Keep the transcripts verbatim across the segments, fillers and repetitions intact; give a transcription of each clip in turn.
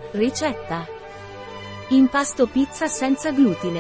Ricetta. Impasto pizza senza glutine.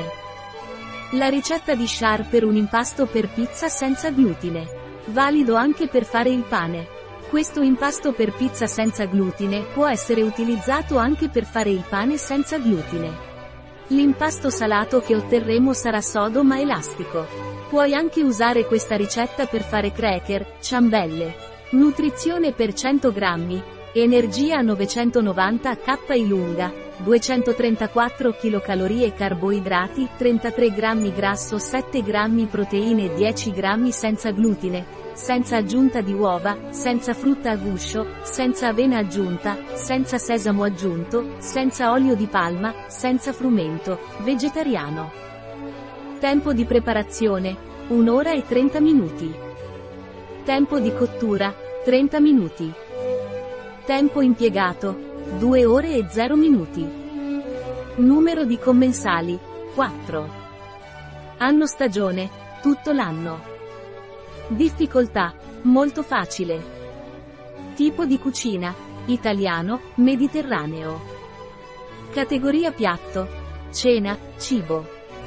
La ricetta di Char per un impasto per pizza senza glutine. Valido anche per fare il pane. Questo impasto per pizza senza glutine può essere utilizzato anche per fare il pane senza glutine. L'impasto salato che otterremo sarà sodo ma elastico. Puoi anche usare questa ricetta per fare cracker, ciambelle. Nutrizione per cento grammi. Energia novecentonovanta calorie lunga, duecentotrentaquattro chilocalorie carboidrati, trentatré grammi grasso, sette grammi proteine, dieci grammi senza glutine, senza aggiunta di uova, senza frutta a guscio, senza avena aggiunta, senza sesamo aggiunto, senza olio di palma, senza frumento, vegetariano. Tempo di preparazione, un'ora e trenta minuti. Tempo di cottura, trenta minuti. Tempo impiegato, due ore e zero minuti. Numero di commensali, quattro. Anno stagione, tutto l'anno. Difficoltà, molto facile. Tipo di cucina, italiano, mediterraneo. Categoria piatto, cena, cibo.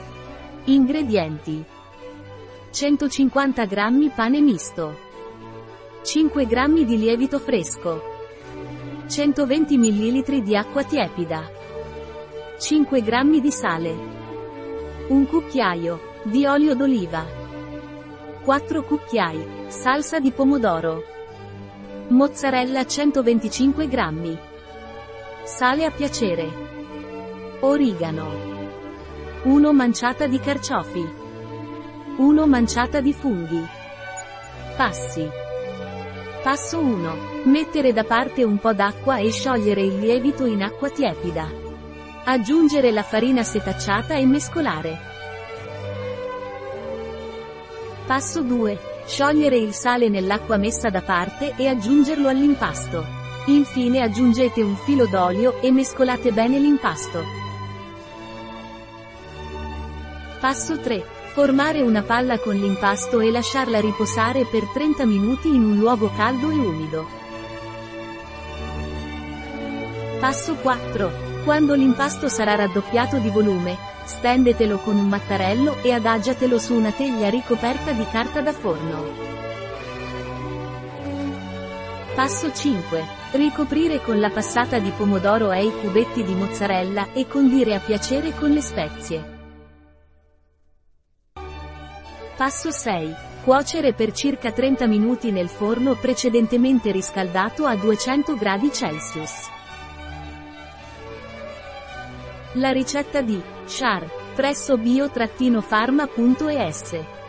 Ingredienti. centocinquanta grammi pane misto. cinque grammi di lievito fresco. centoventi millilitri di acqua tiepida. cinque grammi di sale. un cucchiaio di olio d'oliva. quattro cucchiai salsa di pomodoro. Mozzarella centoventicinque grammi. Sale a piacere. Origano. uno manciata di carciofi. uno manciata di funghi. Passi. Passo uno. Mettere da parte un po' d'acqua e sciogliere il lievito in acqua tiepida. Aggiungere la farina setacciata e mescolare. Passo due. Sciogliere il sale nell'acqua messa da parte e aggiungerlo all'impasto. Infine aggiungete un filo d'olio e mescolate bene l'impasto. Passo tre. Formare una palla con l'impasto e lasciarla riposare per trenta minuti in un luogo caldo e umido. Passo quattro. Quando l'impasto sarà raddoppiato di volume, stendetelo con un mattarello e adagiatelo su una teglia ricoperta di carta da forno. Passo cinque. Ricoprire con la passata di pomodoro e i cubetti di mozzarella e condire a piacere con le spezie. Passo sei. Cuocere per circa trenta minuti nel forno precedentemente riscaldato a duecento gradi Celsius. La ricetta di Char presso bio-pharma punto es